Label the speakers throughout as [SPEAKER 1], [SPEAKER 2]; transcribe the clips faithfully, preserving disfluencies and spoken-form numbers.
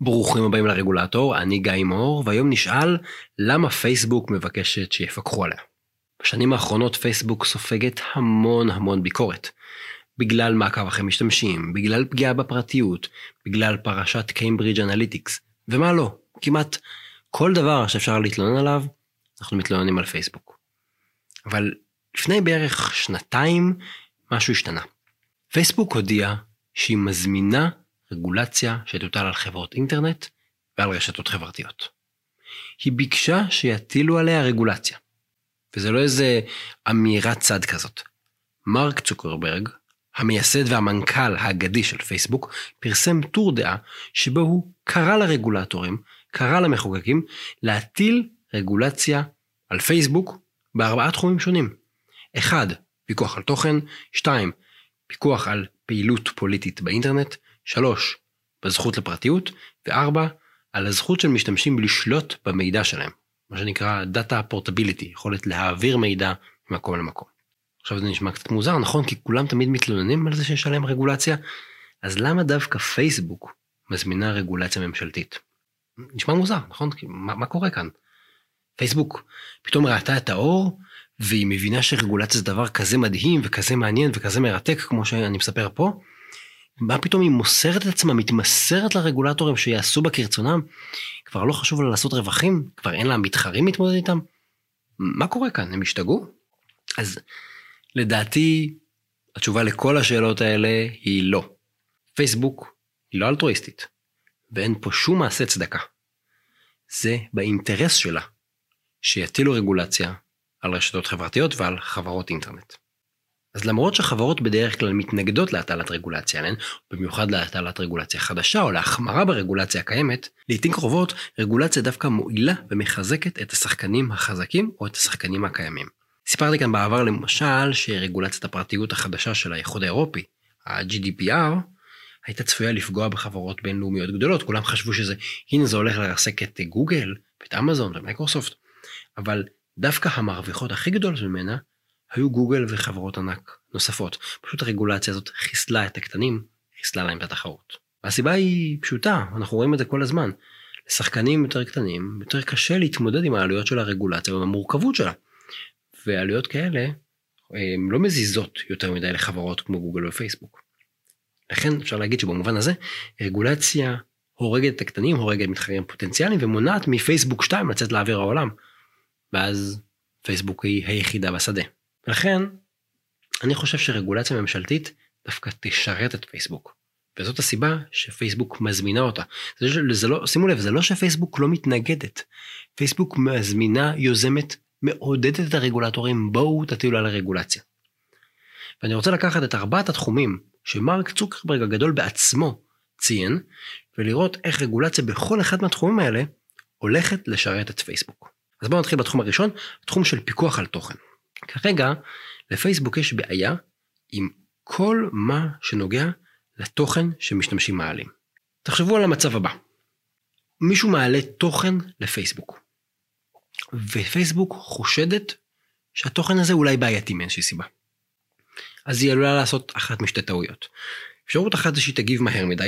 [SPEAKER 1] ברוכים הבאים לרגולטור, אני גיא מור, והיום נשאל למה פייסבוק מבקשת שיפקחו עליה. בשנים האחרונות פייסבוק סופגת המון המון ביקורת, בגלל מעקב אחרי משתמשים, בגלל פגיעה בפרטיות, בגלל פרשת קיימברידג' אנליטיקס, ומה לא, כמעט כל דבר שאפשר להתלונן עליו, אנחנו מתלוננים על פייסבוק. אבל לפני בערך שנתיים משהו השתנה. פייסבוק הודיעה שהיא מזמינה רגולציה שתוטל על חברות אינטרנט ועל רשתות חברתיות. היא ביקשה שיטילו עליה רגולציה. וזה לא איזה אמירת צד כזאת. מרק צוקרברג, המייסד והמנכ"ל האגדי של פייסבוק, פרסם טור דעה שבו הוא קרא לרגולטורים, קרא למחוקקים, להטיל רגולציה על פייסבוק בארבעה תחומים שונים. אחד, פיקוח על תוכן, שתיים, פיקוח על פעילות פוליטית באינטרנט, שלוש, בזכות לפרטיות, וארבע, על הזכות של משתמשים לשלוט במידע שלהם, מה שנקרא Data Portability, יכולת להעביר מידע ממקום למקום. עכשיו זה נשמע קצת מוזר, נכון? כי כולם תמיד מתלוננים על זה שיש עליהם רגולציה, אז למה דווקא פייסבוק מזמינה רגולציה ממשלתית? נשמע מוזר, נכון? מה, מה קורה כאן? פייסבוק פתאום ראתה את האור, והיא מבינה שרגולציה זה דבר כזה מדהים וכזה מעניין וכזה מרתק, כמו שאני מספר פה, מה פתאום היא מוסרת את עצמה, מתמסרת לרגולטורים שיעשו בה כרצונם, כבר לא חשוב לה לעשות רווחים, כבר אין לה מתחרים להתמודד איתם. מה קורה כאן? הם השתגעו? אז לדעתי, התשובה לכל השאלות האלה היא לא. פייסבוק היא לא אלטרואיסטית, ואין פה שום מעשה צדקה. זה באינטרס שלה, שיטילו רגולציה על רשתות חברתיות ועל חברות אינטרנט. אז למרות שחברות בדרך כלל מתנגדות להטלת רגולציה עליהן, במיוחד להטלת רגולציה חדשה או להחמרה ברגולציה הקיימת, לעתים קרובות רגולציה דווקא מועילה ומחזקת את השחקנים החזקים או את השחקנים הקיימים. סיפרתי כאן בעבר למשל שרגולציית הפרטיות החדשה של האיחוד האירופי, ה-ג'י די פי אר, הייתה צפויה לפגוע בחברות בינלאומיות גדולות. כולם חשבו שזה, הנה זה הולך לרסק את גוגל, את אמזון ומייקרוסופט, אבל דווקא המרוויחות הכי גדולות ממנה, היו גוגל וחברות ענק נוספות. פשוט הרגולציה הזאת חיסלה את הקטנים, חיסלה להם את התחרות. והסיבה היא פשוטה, אנחנו רואים את זה כל הזמן. לשחקנים יותר קטנים, יותר קשה להתמודד עם העלויות של הרגולציה והמורכבות שלה. ועלויות כאלה, הן לא מזיזות יותר מדי לחברות כמו גוגל ופייסבוק. לכן אפשר להגיד שבמובן הזה, רגולציה הורגת את הקטנים, הורגת מתחרים פוטנציאליים, ומונעת מפייסבוק שתיים לצאת לאוויר העולם. ואז פייסבוק היא היחידה בשדה. ולכן, אני חושב שרגולציה ממשלתית דווקא תשרת את פייסבוק. וזאת הסיבה שפייסבוק מזמינה אותה. זה, זה לא, שימו לב, זה לא שפייסבוק לא מתנגדת. פייסבוק מזמינה, יוזמת, מעודדת את הרגולטורים, בואו תטילו על הרגולציה. ואני רוצה לקחת את ארבעת התחומים שמרק צוקרברג הגדול בעצמו ציין, ולראות איך רגולציה בכל אחד מהתחומים האלה הולכת לשרת את פייסבוק. אז בואו נתחיל בתחום הראשון, תחום של פיקוח על תוכן. כרגע לפייסבוק יש בעיה עם כל מה שנוגע לתוכן שמשתמשים מעלים. תחשבו על המצב הבא. מישהו מעלה תוכן לפייסבוק, ופייסבוק חושדת שהתוכן הזה אולי בעייתי מאיזושהי סיבה. אז היא עלולה לעשות אחת משתי טעויות. אפשרות אחת זה שהיא תגיב מהר מדי,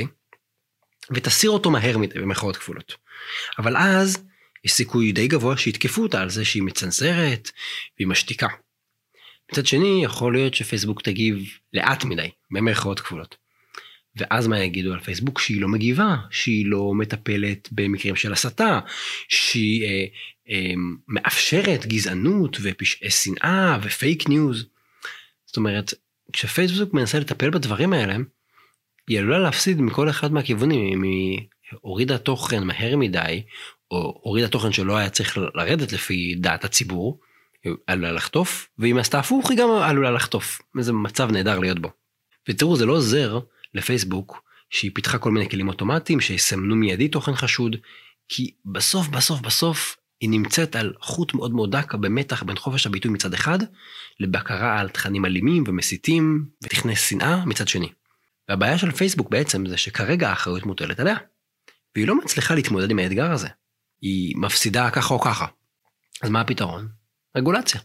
[SPEAKER 1] ותסיר אותו מהר מדי במרכאות כפולות. אבל אז יש סיכוי די גבוה שיתקפו אותה על זה שהיא מצנזרת והיא משתיקה. מצד שני, יכול להיות שפייסבוק תגיב לאט מדי, במרכאות כפולות. ואז מה יגידו על פייסבוק? שהיא לא מגיבה, שהיא לא מטפלת במקרים של הסתה, שהיא אה, אה, מאפשרת גזענות ופשעי שנאה ופייק ניוז. זאת אומרת, כשפייסבוק מנסה לטפל בדברים האלה, היא עלולה להפסיד מכל אחד מהכיוונים, אם היא הורידה תוכן מהר מדי, או הורידה תוכן שלא היה צריך לרדת לפי דעת הציבור, היא עלולה לחטוף, ואם עשתה הפוך היא גם עלולה לחטוף. איזה מצב נהדר להיות בו. ותראו, זה לא עוזר לפייסבוק, שהיא פיתחה כל מיני כלים אוטומטיים, שיסמנו מיידי תוכן חשוד, כי בסוף, בסוף, בסוף, היא נמצאת על חוט מאוד מאוד דק במתח בין חופש הביטוי מצד אחד, לבקרה על תכנים אלימים ומסיתים, ותכני שנאה מצד שני. והבעיה של פייסבוק בעצם זה שכרגע האחריות מוטלת עליה, והיא לא מצליחה להתמודד עם האתגר הזה. היא מפסידה ככה או ככה. אז מה הפתרון? רגולציה.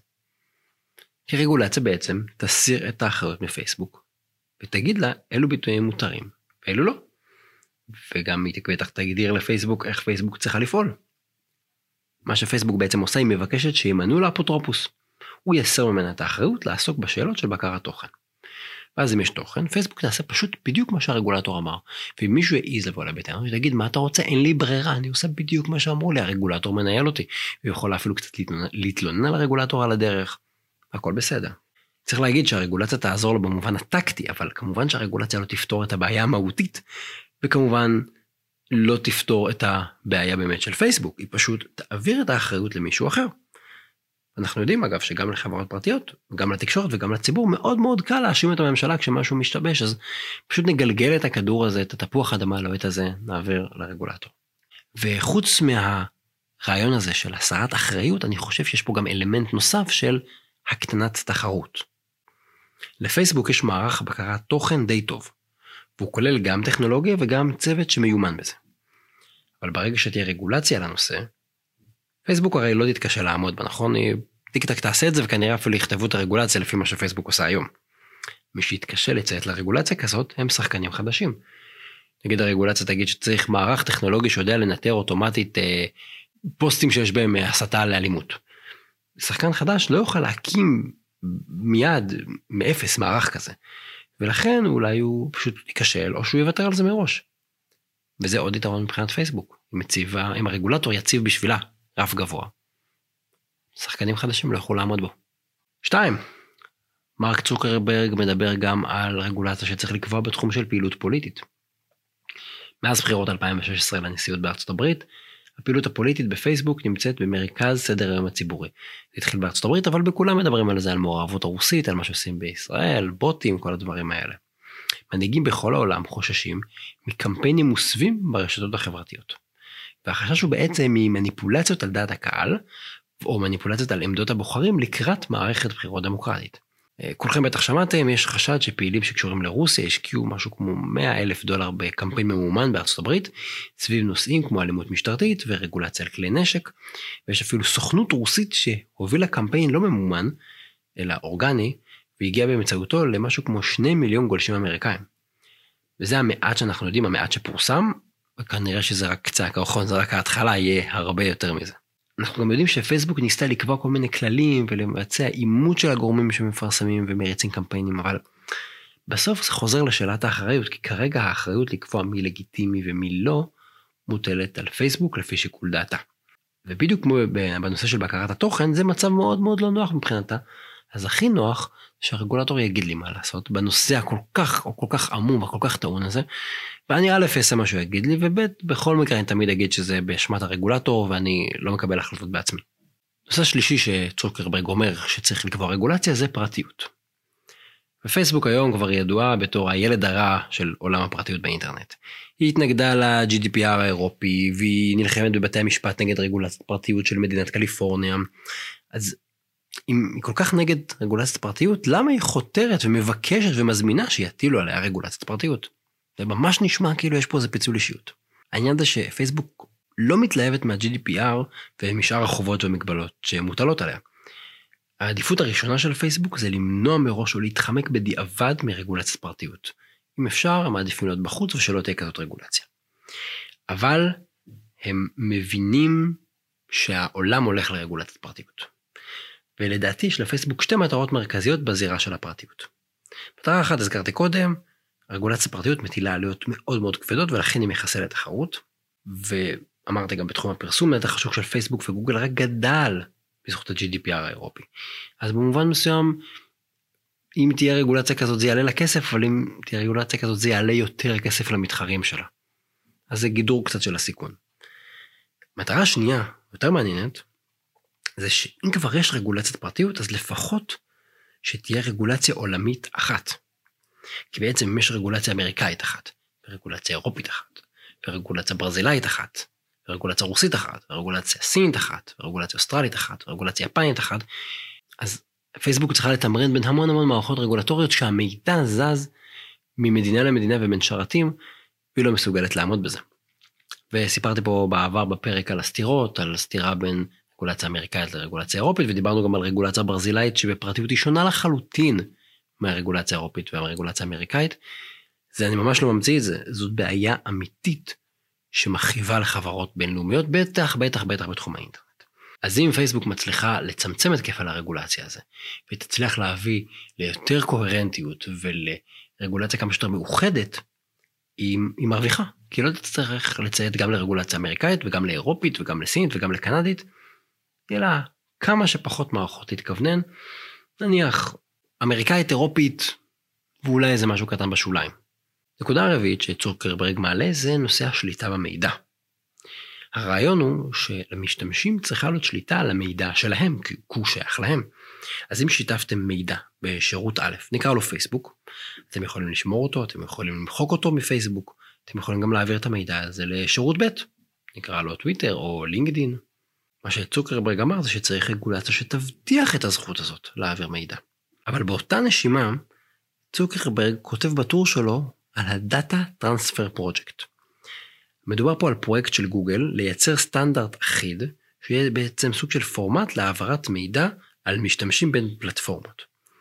[SPEAKER 1] כי רגולציה בעצם תסיר את האחריות מפייסבוק, ותגיד לה אילו ביטויים מותרים, ואילו לא. וגם היא בטח תגדיר לפייסבוק איך פייסבוק צריכה לפעול. מה שפייסבוק בעצם עושה, היא מבקשת שימנו לאפוטרופוס. הוא יסר ממנה את האחריות לעסוק בשאלות של בקרת תוכן. ואז אם יש תוכן, פייסבוק תעשה פשוט בדיוק מה שהרגולטור אמר. ואם מישהו יעיז לבוא לביתנו, שתגיד מה אתה רוצה, אין לי ברירה, אני עושה בדיוק מה שאמרו לי, הרגולטור מנהל אותי. הוא יכול אפילו קצת להתלונן על הרגולטור על הדרך. הכל בסדר. צריך להגיד שהרגולציה תעזור לו במובן הטקטי, אבל כמובן שהרגולציה לא תפתור את הבעיה המהותית, וכמובן לא תפתור את הבעיה באמת של פייסבוק, היא פשוט תעביר את האחריות למישהו אחר. אנחנו יודעים אגב שגם לחברות פרטיות, גם לתקשורת וגם לציבור, מאוד מאוד קל להאשים את הממשלה כשמשהו משתבש, אז פשוט נגלגל את הכדור הזה, את התפוח אדמה הלוהט הזה, נעביר לרגולטור. וחוץ מהרעיון הזה של הסרת אחריות, אני חושב שיש פה גם אלמנט נוסף של הקטנת תחרות. לפייסבוק יש מערך בקרת תוכן די טוב, והוא כולל גם טכנולוגיה וגם צוות שמיומן בזה. אבל ברגע שתהיה רגולציה לנושא, פייסבוק הרי לא תתקשה לעמוד בה, נכון? טיקטוק תעשה את זה וכנראה אפילו יכתבו את הרגולציה לפי מה שפייסבוק עושה היום. מי שיתקשה לציית לרגולציה כזאת הם שחקנים חדשים. נגיד הרגולציה תגיד שצריך מערך טכנולוגי שיודע לנטר אוטומטית אה, פוסטים שיש בהם הסתה לאלימות. שחקן חדש לא יוכל להקים מיד מאפס מערך כזה. ולכן אולי הוא פשוט ייכשל או שהוא יוותר על זה מראש. וזה עוד יתרון מבחינת פייסבוק. היא מציבה, אם הרגולטור יציב בשבילה רף גבוה, שחקנים חדשים לא יכולו לעמוד בו. שתיים, מרק צוקרברג מדבר גם על רגולציה שצריך לקבוע בתחום של פעילות פוליטית. מאז בחירות אלפיים ושש עשרה לנשיאות בארצות הברית, הפעילות הפוליטית בפייסבוק נמצאת במרכז סדר היום הציבורי. זה התחיל בארצות הברית, אבל בכולם מדברים על זה, על מעורבות הרוסית, על מה שעושים בישראל, בוטים, כל הדברים האלה. מנהיגים בכל העולם חוששים מקמפיינים מוסווים ברשתות החברתיות. והחשש הוא בעצם ממניפולציות על דעת הקהל, או מניפולציות על עמדות הבוחרים לקראת מערכת בחירות דמוקרטית. כולכם בטח שמעתם, יש חשד שפעילים שקשורים לרוסיה השקיעו משהו כמו מאה אלף דולר בקמפיין ממומן בארצות הברית, סביב נושאים כמו אלימות משטרתית ורגולציה על כלי נשק, ויש אפילו סוכנות רוסית שהובילה קמפיין לא ממומן, אלא אורגני, והגיע באמצעותו למשהו כמו שני מיליון גולשים אמריקאים. וזה המעט שאנחנו יודעים, המעט שפורסם, וכנראה שזה רק קצה הקרחון, זה רק ההתחלה, יהיה הרבה יותר מזה. אנחנו גם יודעים שפייסבוק ניסתה לקבוע כל מיני כללים, ולבצע אימות של הגורמים שמפרסמים ומריצים קמפיינים, אבל בסוף זה חוזר לשאלת האחריות, כי כרגע האחריות לקבוע מי לגיטימי ומי לא, מוטלת על פייסבוק לפי שיקול דעתה. ובדיוק כמו בנושא של בקרת התוכן, זה מצב מאוד מאוד לא נוח מבחינתה, אז הכי נוח שהרגולטור יגיד לי מה לעשות בנושא הכל כך או כל כך עמום וכל כך טעון הזה, ואני א' אעשה מה שהוא יגיד לי, וב' בכל מקרה אני תמיד אגיד שזה באשמת הרגולטור ואני לא מקבל החלטות בעצמי. נושא שלישי שצוקרברג אומר שצריך לקבוע רגולציה זה פרטיות. ופייסבוק היום כבר ידועה בתור הילד הרע של עולם הפרטיות באינטרנט. היא התנגדה ל-ג'י די פי אר האירופי, והיא נלחמת בבתי המשפט נגד רגולציית פרטיות של מדינת קליפורניה. אז אם היא כל כך נגד רגולציית פרטיות, למה היא חותרת ומבקשת ומזמינה שיטילו עליה רגולציית פרטיות? זה ממש נשמע כאילו יש פה איזה פיצול אישיות. העניין זה שפייסבוק לא מתלהבת מה-ג'י די פי אר ומשאר החובות ומגבלות שמוטלות עליה. העדיפות הראשונה של פייסבוק זה למנוע מראש או להתחמק בדיעבד מרגולציית פרטיות. אם אפשר, הם מעדיפים להיות בחוץ ושלא תהיה כזאת רגולציה. אבל הם מבינים שהעולם הולך לרגולציית פרטיות. ולדעתי יש לפייסבוק שתי מטרות מרכזיות בזירה של הפרטיות. מטרה אחת, הזכרתי קודם, רגולציית פרטיות מטילה עלויות מאוד מאוד כבדות, ולכן היא מחסלת תחרות. ואמרתי גם בתחום הפרסום, נתח השוק של פייסבוק וגוגל רק גדל בזכות ה-ג'י די פי אר האירופי. אז במובן מסוים, אם תהיה רגולציה כזאת זה יעלה לה כסף, אבל אם תהיה רגולציה כזאת זה יעלה יותר כסף למתחרים שלה. אז זה גידור קצת של הסיכון. מטרה שנייה, יותר מעניינת, זה שאם כבר יש רגולציית פרטיות, אז לפחות שתהיה רגולציה עולמית אחת. כי בעצם אם יש רגולציה אמריקאית אחת, ורגולציה אירופית אחת, ורגולציה ברזילאית אחת, ורגולציה רוסית אחת, ורגולציה סינית אחת, ורגולציה אוסטרלית אחת, ורגולציה יפנית אחת, אז פייסבוק צריכה לתמרן בין המון המון מערכות רגולטוריות שהמידע זז ממדינה למדינה ובין שרתים, והיא לא מסוגלת לעמוד בזה. וסיפרתי פה בעבר בפרק על הסתירות, על הסתירה בין רגולציה אמריקאית לרגולציה אירופית, ודיברנו גם על רגולציה ברזילאית שבפרטיות היא שונה לחלוטין מהרגולציה האירופית והרגולציה האמריקאית. זה אני ממש לא ממציא את זה, זאת בעיה אמיתית שמכאיבה לחברות בינלאומיות, בטח, בטח, בטח בתחום האינטרנט. אז אם פייסבוק מצליחה לצמצם את כפל הרגולציה הזה, ותצליח להביא ליותר קוהרנטיות ולרגולציה כמה שיותר מאוחדת, היא, היא מרוויחה, כי לא תצטרך לציית גם לרגולציה אמריקאית, וגם לאירופית, וגם לסינית, וגם לקנדית, אלא כמה שפחות מערכות תתכוונן, נניח אמריקאית, אירופית, ואולי איזה משהו קטן בשוליים. נקודה הרביעית שצוקרברג מעלה זה נושא השליטה במידע. הרעיון הוא שלמשתמשים צריכה להיות שליטה על המידע שלהם, כי הוא שייך להם. אז אם שיתפתם מידע בשירות א', נקרא לו פייסבוק, אתם יכולים לשמור אותו, אתם יכולים למחוק אותו מפייסבוק, אתם יכולים גם להעביר את המידע הזה לשירות ב', נקרא לו טוויטר או לינקדין. מה שצוקרברג אמר זה שצריך רגולציה שתבטיח את הזכות הזאת להעביר מידע. אבל באותה נשימה, צוקרברג כותב בטור שלו על ה-Data Transfer Project. מדובר פה על פרויקט של גוגל לייצר סטנדרט אחיד, שיהיה בעצם סוג של פורמט להעברת מידע על משתמשים בין פלטפורמות.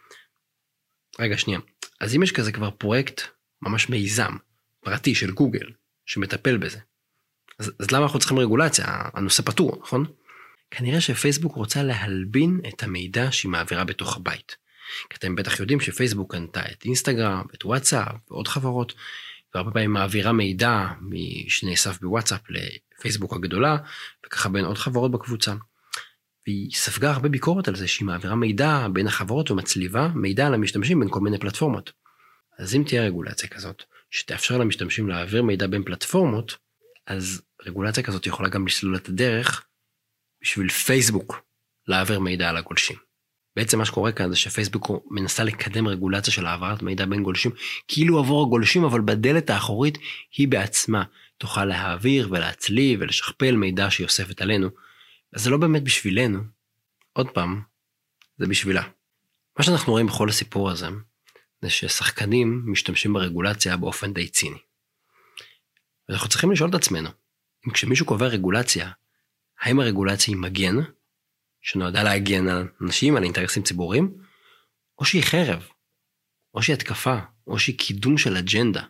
[SPEAKER 1] רגע שנייה, אז אם יש כזה כבר פרויקט ממש מיזם, פרטי של גוגל, שמטפל בזה, אז, אז למה אנחנו צריכים רגולציה? הנושא פתור, נכון? כנראה שפייסבוק רוצה להלבין את המידע שהיא מעבירה בתוך הבית. כי אתם בטח יודעים שפייסבוק קנתה את אינסטגרם, את וואטסאפ ועוד חברות, והרבה פעמים מעבירה מידע שנאסף בוואטסאפ לפייסבוק הגדולה, וככה בין עוד חברות בקבוצה. והיא ספגה הרבה ביקורת על זה שהיא מעבירה מידע בין החברות ומצליבה מידע על המשתמשים בין כל מיני פלטפורמות. אז אם תהיה רגולציה כזאת, שתאפשר למשתמשים להעביר מידע בין פלטפורמות, אז רגולציה כזאת יכולה גם לסלול את הדרך בשביל פייסבוק להעביר מידע על הגולשים. בעצם מה שקורה כאן זה שפייסבוק מנסה לקדם רגולציה של העברת מידע בין גולשים, כאילו עבור הגולשים, אבל בדלת האחורית היא בעצמה תוכל להעביר ולהצליב ולשכפל מידע שהיא אוספת עלינו. אז זה לא באמת בשבילנו, עוד פעם, זה בשבילה. מה שאנחנו רואים בכל הסיפור הזה, זה ששחקנים משתמשים ברגולציה באופן די ציני. ואנחנו צריכים לשאול את עצמנו, אם כשמישהו קובע רגולציה, האם הרגולציה היא מגן, שנועדה להגן על אנשים, על אינטרסים ציבוריים, או שהיא חרב, או שהיא התקפה, או שהיא קידום של אג'נדה,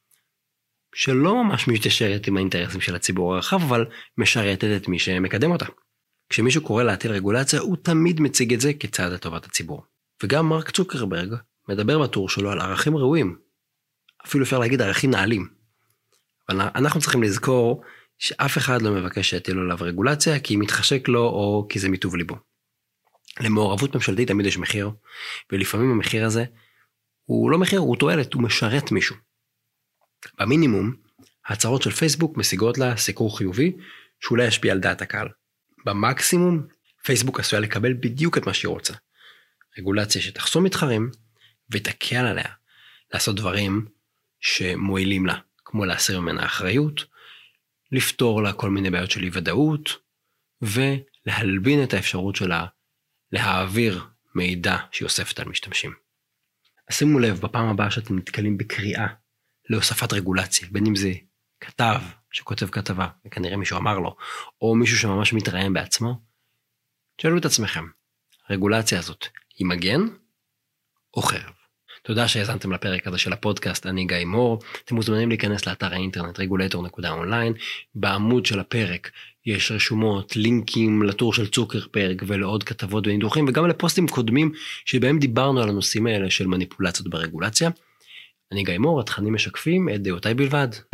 [SPEAKER 1] שלא ממש מתיישרת עם האינטרסים של הציבור הרחב, אבל משרתת את מי שמקדם אותה. כשמישהו קורא להטיל רגולציה, הוא תמיד מציג את זה כצעד לטובת הציבור. וגם מרק צוקרברג מדבר בטור שלו על ערכים ראויים, אפילו אפשר להגיד ערכים נעלים. אבל אנחנו צריכים לזכור שאף אחד לא מבקש שיטילו עליו רגולציה, כי מתחשק לו או כי זה מטוב ליבו. למעורבות ממשלתית תמיד יש מחיר, ולפעמים המחיר הזה הוא לא מחיר, הוא תועלת, הוא משרת מישהו. במינימום, ההצהרות של פייסבוק משיגות לה סיקור חיובי, שאולי ישפיע על דעת הקהל. במקסימום, פייסבוק עשויה לקבל בדיוק את מה שהיא רוצה. רגולציה שתחסום מתחרים, ותקל עליה לעשות דברים שמועילים לה, כמו להסיר ממנה אחריות, לפתור לה כל מיני בעיות של אי ודאות, ולהלבין את האפשרות שלה להעביר מידע שהיא אוספת על משתמשים. אז שימו לב, בפעם הבאה שאתם נתקלים בקריאה להוספת רגולציה, בין אם זה כתב שכותב כתבה, וכנראה מישהו אמר לו, או מישהו שממש מתראיין בעצמו, תשאלו את עצמכם, הרגולציה הזאת היא מגן או חרב? תודה שהאזנתם לפרק הזה של הפודקאסט, אני גיא מור, אתם מוזמנים להיכנס לאתר האינטרנט רגולטור נקודה אונליין, בעמוד של הפרק יש רשומות, לינקים לטור של צוקרברג ולעוד כתבות וניתוחים, וגם לפוסטים קודמים שבהם דיברנו על הנושאים האלה של מניפולציות ברגולציה. אני גיא מור, התכנים משקפים את דעותיי בלבד.